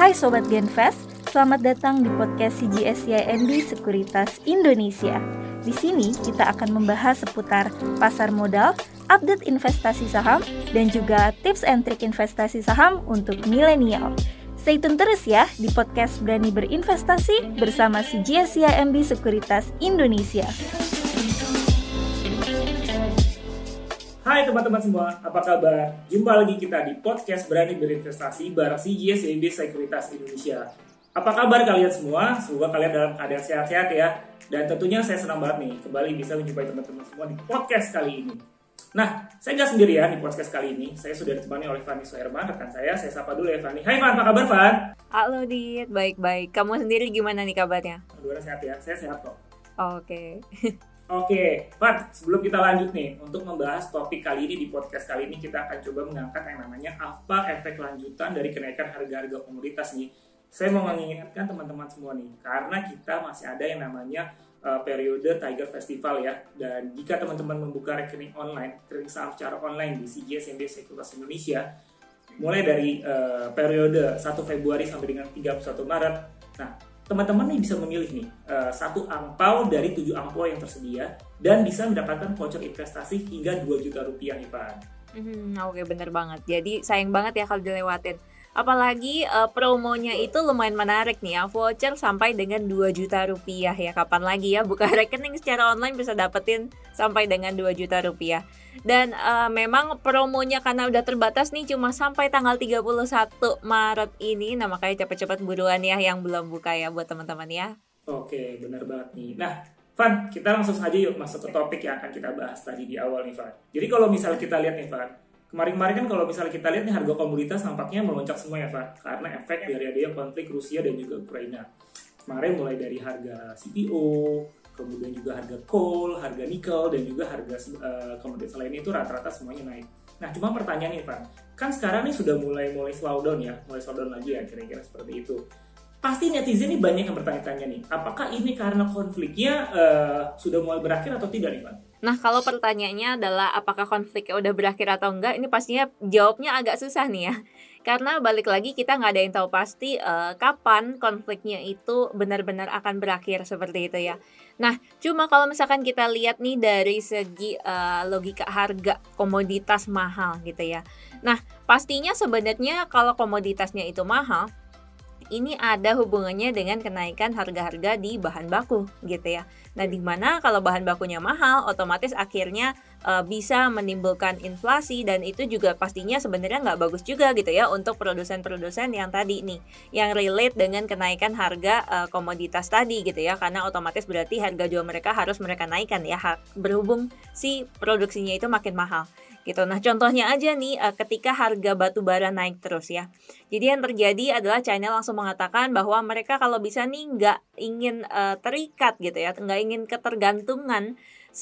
Hai Sobat Genvest, selamat datang di podcast CGSCIMB Sekuritas Indonesia. Di sini kita akan membahas seputar pasar modal, update investasi saham, dan juga tips and trik investasi saham untuk milenial. Stay tune terus ya di podcast Berani Berinvestasi bersama CGSCIMB Sekuritas Indonesia. Hai teman-teman semua, apa kabar? Jumpa lagi kita di podcast Berani Berinvestasi bareng CGSCIMB Sekuritas Indonesia. Apa kabar kalian semua? Semoga kalian dalam keadaan sehat-sehat ya. Dan tentunya saya senang banget nih kembali bisa menjumpai teman-teman semua di podcast kali ini. Nah, saya nggak sendirian di podcast kali ini. Saya sudah ditemani oleh Fani Soherman, rekan saya. Saya sapa dulu ya Fani. Hai Fan, apa kabar Fan? Halo Dit, baik-baik. Kamu sendiri gimana nih kabarnya? Alhamdulillah sehat ya, saya sehat kok. Oke. Oke, Fan, sebelum kita lanjut nih, untuk membahas topik kali ini di podcast kali ini, kita akan coba mengangkat yang namanya apa efek lanjutan dari kenaikan harga-harga komoditas nih. Saya mau mengingatkan teman-teman semua nih, karena kita masih ada yang namanya periode Tiger Festival ya. Dan jika teman-teman membuka rekening saham secara online di CGSCIMB Sekuritas Indonesia, mulai dari periode 1 Februari sampai dengan 31 Maret, nah teman-teman nih bisa memilih nih satu angpau dari 7 angpau yang tersedia dan bisa mendapatkan voucher investasi hingga 2 juta rupiah nih Pak. Oke, bener banget. Jadi sayang banget ya kalau dilewatin. Apalagi promonya itu lumayan menarik nih ya, voucher sampai dengan 2 juta rupiah ya. Kapan lagi ya buka rekening secara online bisa dapetin sampai dengan 2 juta rupiah. Dan memang promonya karena udah terbatas nih cuma sampai tanggal 31 Maret ini. Nah makanya cepet-cepet buruan ya yang belum buka ya buat teman-teman ya. Oke, benar banget nih. Nah, Van, kita langsung saja yuk masuk ke topik yang akan kita bahas tadi di awal nih Van. Jadi kalau misalnya kita lihat nih Van, kemarin-kemarin kan kalau misalnya kita lihat nih harga komoditas nampaknya melonjak semua ya Van, karena efek dari adanya konflik Rusia dan juga Ukraina. Kemarin mulai dari harga CPO, kemudian juga harga coal, harga nikel, dan juga harga komoditas lainnya itu rata-rata semuanya naik. Nah, cuma pertanyaan nih Van, kan sekarang nih sudah mulai slowdown ya, mulai slowdown lagi ya, kira-kira seperti itu. Pasti netizen nih banyak yang bertanya-tanya nih, apakah ini karena konfliknya sudah mulai berakhir atau tidak nih Van? Nah, kalau pertanyaannya adalah apakah konfliknya udah berakhir atau enggak, ini pastinya jawabnya agak susah nih ya. Karena balik lagi kita nggak ada yang tahu pasti kapan konfliknya itu benar-benar akan berakhir seperti itu ya. Nah, cuma kalau misalkan kita lihat nih dari segi logika harga komoditas mahal gitu ya. Nah, pastinya sebenarnya kalau komoditasnya itu mahal, ini ada hubungannya dengan kenaikan harga-harga di bahan baku gitu ya. Nah, di mana kalau bahan bakunya mahal, otomatis akhirnya bisa menimbulkan inflasi dan itu juga pastinya sebenarnya nggak bagus juga gitu ya untuk produsen-produsen yang tadi nih, yang relate dengan kenaikan harga komoditas tadi gitu ya, karena otomatis berarti harga jual mereka harus mereka naikkan ya, berhubung si produksinya itu makin mahal gitu. Nah, contohnya aja nih ketika harga batu bara naik terus ya. Jadi yang terjadi adalah China langsung mengatakan bahwa mereka kalau bisa nih nggak ingin terikat gitu ya, nggak ingin ketergantungan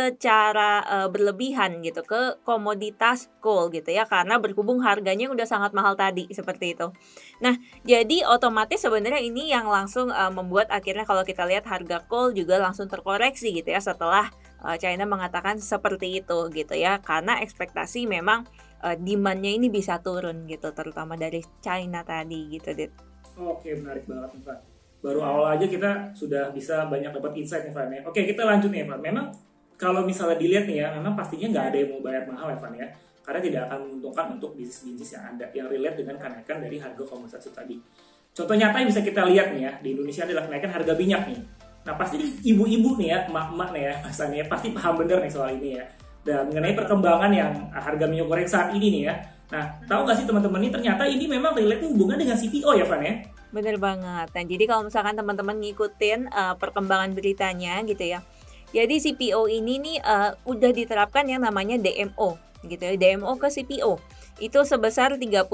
secara berlebihan gitu ke komoditas coal gitu ya, karena berhubung harganya udah sangat mahal tadi seperti itu. Nah, jadi otomatis sebenarnya ini yang langsung membuat akhirnya kalau kita lihat harga coal juga langsung terkoreksi gitu ya setelah China mengatakan seperti itu gitu ya, karena ekspektasi memang demand-nya ini bisa turun gitu, terutama dari China tadi gitu, Dit. Oke, menarik banget nih Pak. Baru awal aja kita sudah bisa banyak dapat insight nih Van ya. Oke, kita lanjut nih Van. Memang kalau misalnya dilihat nih ya, memang pastinya nggak ada yang mau bayar mahal ya Van ya, karena tidak akan menguntungkan untuk bisnis-bisnis yang ada yang relate dengan kenaikan dari harga komoditas itu tadi. Contoh nyata yang bisa kita lihat nih ya di Indonesia adalah kenaikan harga minyak nih. Nah, pasti ibu-ibu nih ya, emak-emak nih ya, misalnya pasti paham bener nih soal ini ya. Dan mengenai perkembangan yang harga minyak goreng saat ini nih ya. Nah, tahu nggak sih teman-teman ini ternyata ini memang relate hubungan dengan CPO ya, Van ya? Bener banget. Nah, jadi kalau misalkan teman-teman ngikutin perkembangan beritanya gitu ya. Jadi CPO ini nih udah diterapkan yang namanya DMO gitu ya. DMO ke CPO itu sebesar 30%.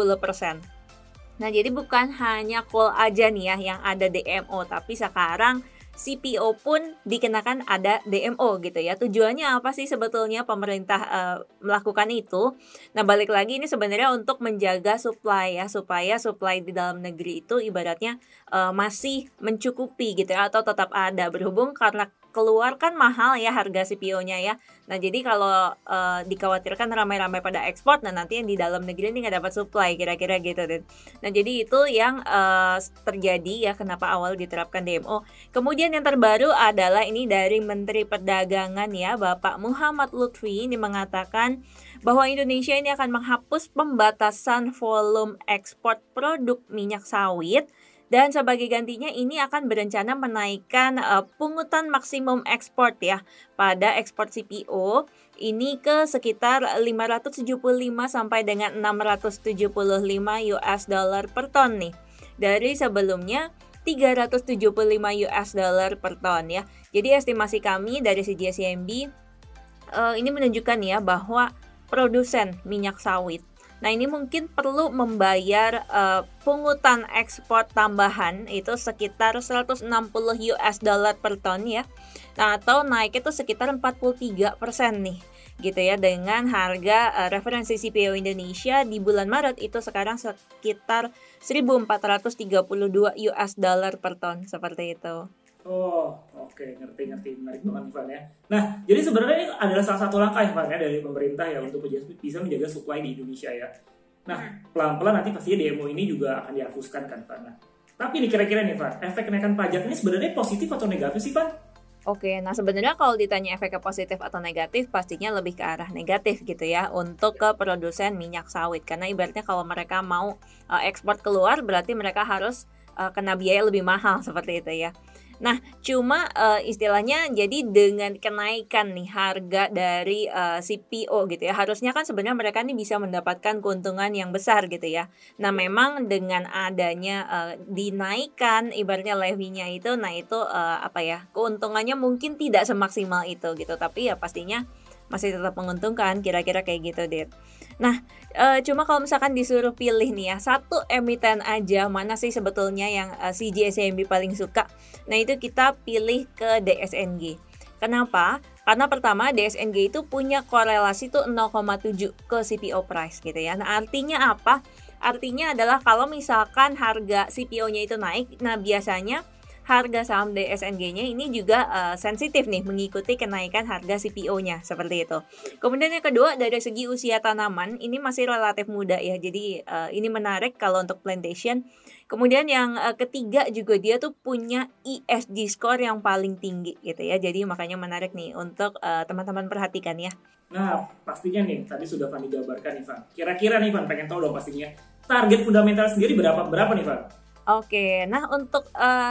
Nah, jadi bukan hanya coal aja nih ya yang ada DMO, tapi sekarang CPO pun dikenakan ada DMO gitu ya. Tujuannya apa sih sebetulnya pemerintah melakukan itu? Nah, balik lagi ini sebenarnya untuk menjaga supply ya, supaya supply di dalam negeri itu ibaratnya masih mencukupi gitu ya, atau tetap ada, berhubung karena keluar kan mahal ya harga CPO-nya ya. Nah jadi kalau dikhawatirkan ramai-ramai pada ekspor, nah nanti yang di dalam negeri ini nggak dapat supply kira-kira gitu deh. Nah jadi itu yang terjadi ya kenapa awal diterapkan DMO. Kemudian yang terbaru adalah ini dari Menteri Perdagangan ya, Bapak Muhammad Lutfi ini mengatakan bahwa Indonesia ini akan menghapus pembatasan volume ekspor produk minyak sawit. Dan sebagai gantinya ini akan berencana menaikkan pungutan maksimum ekspor ya pada ekspor CPO ini ke sekitar 575 sampai dengan 675 US dollar per ton nih. Dari sebelumnya 375 US dollar per ton ya. Jadi estimasi kami dari CGS-CIMB ini menunjukkan ya bahwa produsen minyak sawit, nah ini mungkin perlu membayar pungutan ekspor tambahan itu sekitar 160 US dollar per ton ya. Nah atau naik itu sekitar 43% nih gitu ya, dengan harga referensi CPO Indonesia di bulan Maret itu sekarang sekitar 1.432 US dollar per ton seperti itu. Oh, oke, ngerti, menarik banget Ivan ya. Nah, jadi sebenarnya ini adalah salah satu langkah Ivan ya dari pemerintah ya untuk bisa menjaga supply di Indonesia ya. Nah, pelan-pelan nanti pastinya DMO ini juga akan dihapuskan kan Ivan. Nah, tapi ini kira-kira nih Ivan, efek kenaikan pajak ini sebenarnya positif atau negatif sih Ivan? Oke, nah sebenarnya kalau ditanya efeknya positif atau negatif, pastinya lebih ke arah negatif gitu ya untuk ke produsen minyak sawit. Karena ibaratnya kalau mereka mau ekspor keluar, berarti mereka harus kena biaya lebih mahal seperti itu ya. Nah, cuma istilahnya jadi dengan kenaikan nih harga dari CPO gitu ya, harusnya kan sebenarnya mereka nih bisa mendapatkan keuntungan yang besar gitu ya. Nah, memang dengan adanya dinaikkan ibaratnya levy-nya itu, nah itu keuntungannya mungkin tidak semaksimal itu gitu, tapi ya pastinya masih tetap menguntungkan, kira-kira kayak gitu deh. Nah, cuma kalau misalkan disuruh pilih nih ya, satu emiten aja mana sih sebetulnya yang CGS-CIMB paling suka? Nah, itu kita pilih ke DSNG. Kenapa? Karena pertama DSNG itu punya korelasi tuh 0,7 ke CPO price gitu ya. Nah, artinya apa? Artinya adalah kalau misalkan harga CPO-nya itu naik, nah biasanya harga saham DSNG-nya ini juga sensitif nih mengikuti kenaikan harga CPO-nya seperti itu. Kemudian yang kedua dari segi usia tanaman ini masih relatif muda ya, jadi ini menarik kalau untuk plantation. Kemudian yang ketiga juga dia tuh punya ESG score yang paling tinggi gitu ya, jadi makanya menarik nih untuk teman-teman perhatikan ya. Nah pastinya nih tadi sudah Fanny gambarkan nih Van. Kira-kira nih Van pengen tahu dong pastinya target fundamental sendiri berapa nih Van? Oke, nah untuk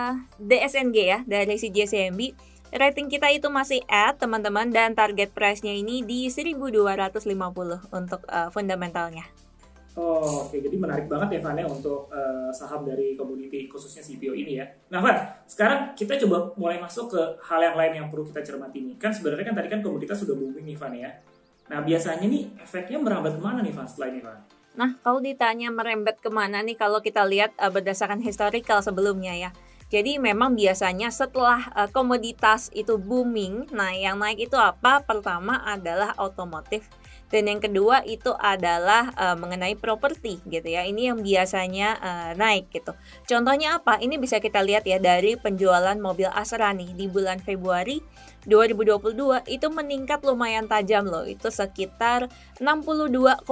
DSNG ya dari CGS-CIMB rating kita itu masih at teman-teman, dan target price-nya ini di 1.250 untuk fundamentalnya. Oh, oke, jadi menarik banget ya Van ya untuk saham dari komoditi khususnya CPO ini ya. Nah Van, sekarang kita coba mulai masuk ke hal yang lain yang perlu kita cermati nih. Kan sebenarnya kan tadi kan komoditas sudah booming nih Van ya. Nah biasanya nih efeknya merambat kemana nih Van setelah ini Van? Nah, kalau ditanya merembet kemana nih, kalau kita lihat berdasarkan historical sebelumnya ya. Jadi memang biasanya setelah komoditas itu booming, nah yang naik itu apa? Pertama adalah otomotif. Dan yang kedua itu adalah mengenai properti gitu ya. Ini yang biasanya naik gitu. Contohnya apa? Ini bisa kita lihat ya dari penjualan mobil Astra nih di bulan Februari 2022 itu meningkat lumayan tajam loh. Itu sekitar 62,33%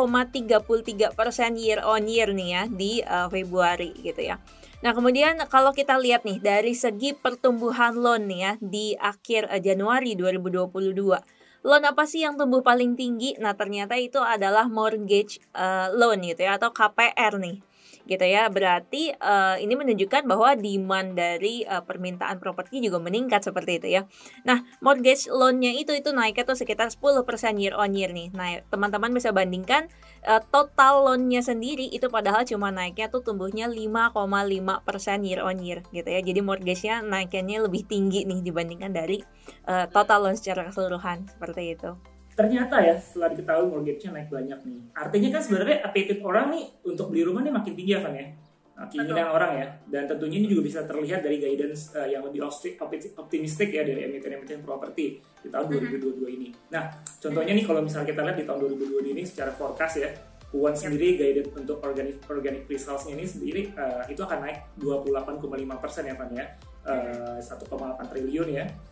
year on year nih ya di Februari gitu ya. Nah kemudian kalau kita lihat nih dari segi pertumbuhan loan nih ya di akhir Januari 2022. Loan apa sih yang tumbuh paling tinggi? Nah ternyata itu adalah mortgage loan gitu ya, atau KPR nih gitu ya. Berarti ini menunjukkan bahwa demand dari permintaan properti juga meningkat seperti itu ya. Nah mortgage loan-nya itu naiknya tuh sekitar 10% year on year nih. Nah teman-teman bisa bandingkan total loan-nya sendiri itu padahal cuma naiknya tuh tumbuhnya 5,5% year on year gitu ya. Jadi mortgage-nya naiknya lebih tinggi nih dibandingkan dari total loan secara keseluruhan seperti itu. Ternyata ya setelah diketahui mortgage-nya naik banyak nih. Artinya kan sebenarnya appetite orang nih untuk beli rumah nih makin tinggi ya Van ya. Keinginan orang ya. Dan tentunya ini juga bisa terlihat dari guidance yang lebih optimistik ya dari emiten-emiten properti di tahun 2022 ini. Nah contohnya nih kalau misalnya kita lihat di tahun 2022 ini secara forecast ya, Puan sendiri guided untuk organic pre-sales-nya ini sendiri itu akan naik 28,5% ya Van ya. 1,8 triliun ya.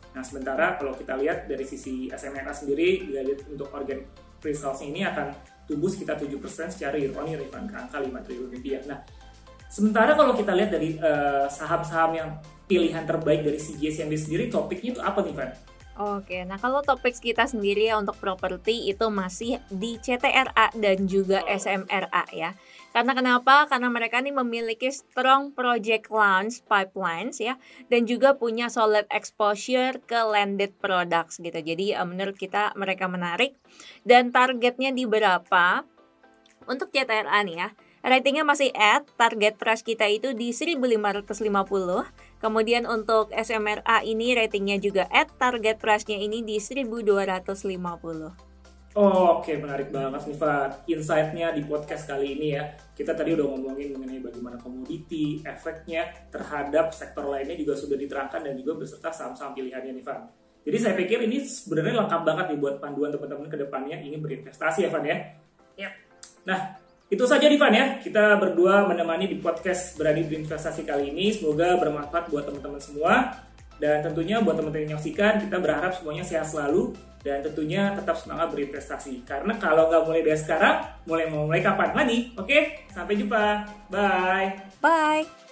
Nah, sementara kalau kita lihat dari sisi SMRA sendiri, guided untuk organic results ini akan tumbuh sekitar 7% secara year on year, ke angka 5 triliun rupiah. Nah, sementara kalau kita lihat dari saham-saham yang pilihan terbaik dari CGS sendiri, topiknya itu apa nih, Van? Oke, nah kalau topik kita sendiri ya untuk properti itu masih di CTRA dan juga SMRA ya. Karena kenapa? Karena mereka nih memiliki strong project launch pipelines ya, dan juga punya solid exposure ke landed products gitu. Jadi menurut kita mereka menarik, dan targetnya di berapa? Untuk CTRA nih ya, ratingnya masih at, target price kita itu di 1550. Kemudian untuk SMRA ini ratingnya juga at, target price-nya ini di 1250. Oke, menarik banget nih Pak insight-nya di podcast kali ini ya. Kita tadi udah ngomongin mengenai bagaimana komoditi, efeknya terhadap sektor lainnya juga sudah diterangkan dan juga beserta saham-saham pilihannya nih Pak. Jadi saya pikir ini sebenarnya lengkap banget nih buat panduan teman-teman ke depannya ingin berinvestasi ya Van ya. Yap. Nah, itu saja Divan ya, kita berdua menemani di podcast Berani Berinvestasi kali ini. Semoga bermanfaat buat teman-teman semua. Dan tentunya buat teman-teman yang menyaksikan, kita berharap semuanya sehat selalu. Dan tentunya tetap semangat berinvestasi. Karena kalau nggak mulai dari sekarang, mulai kapan lagi? Oke, sampai jumpa. Bye. Bye.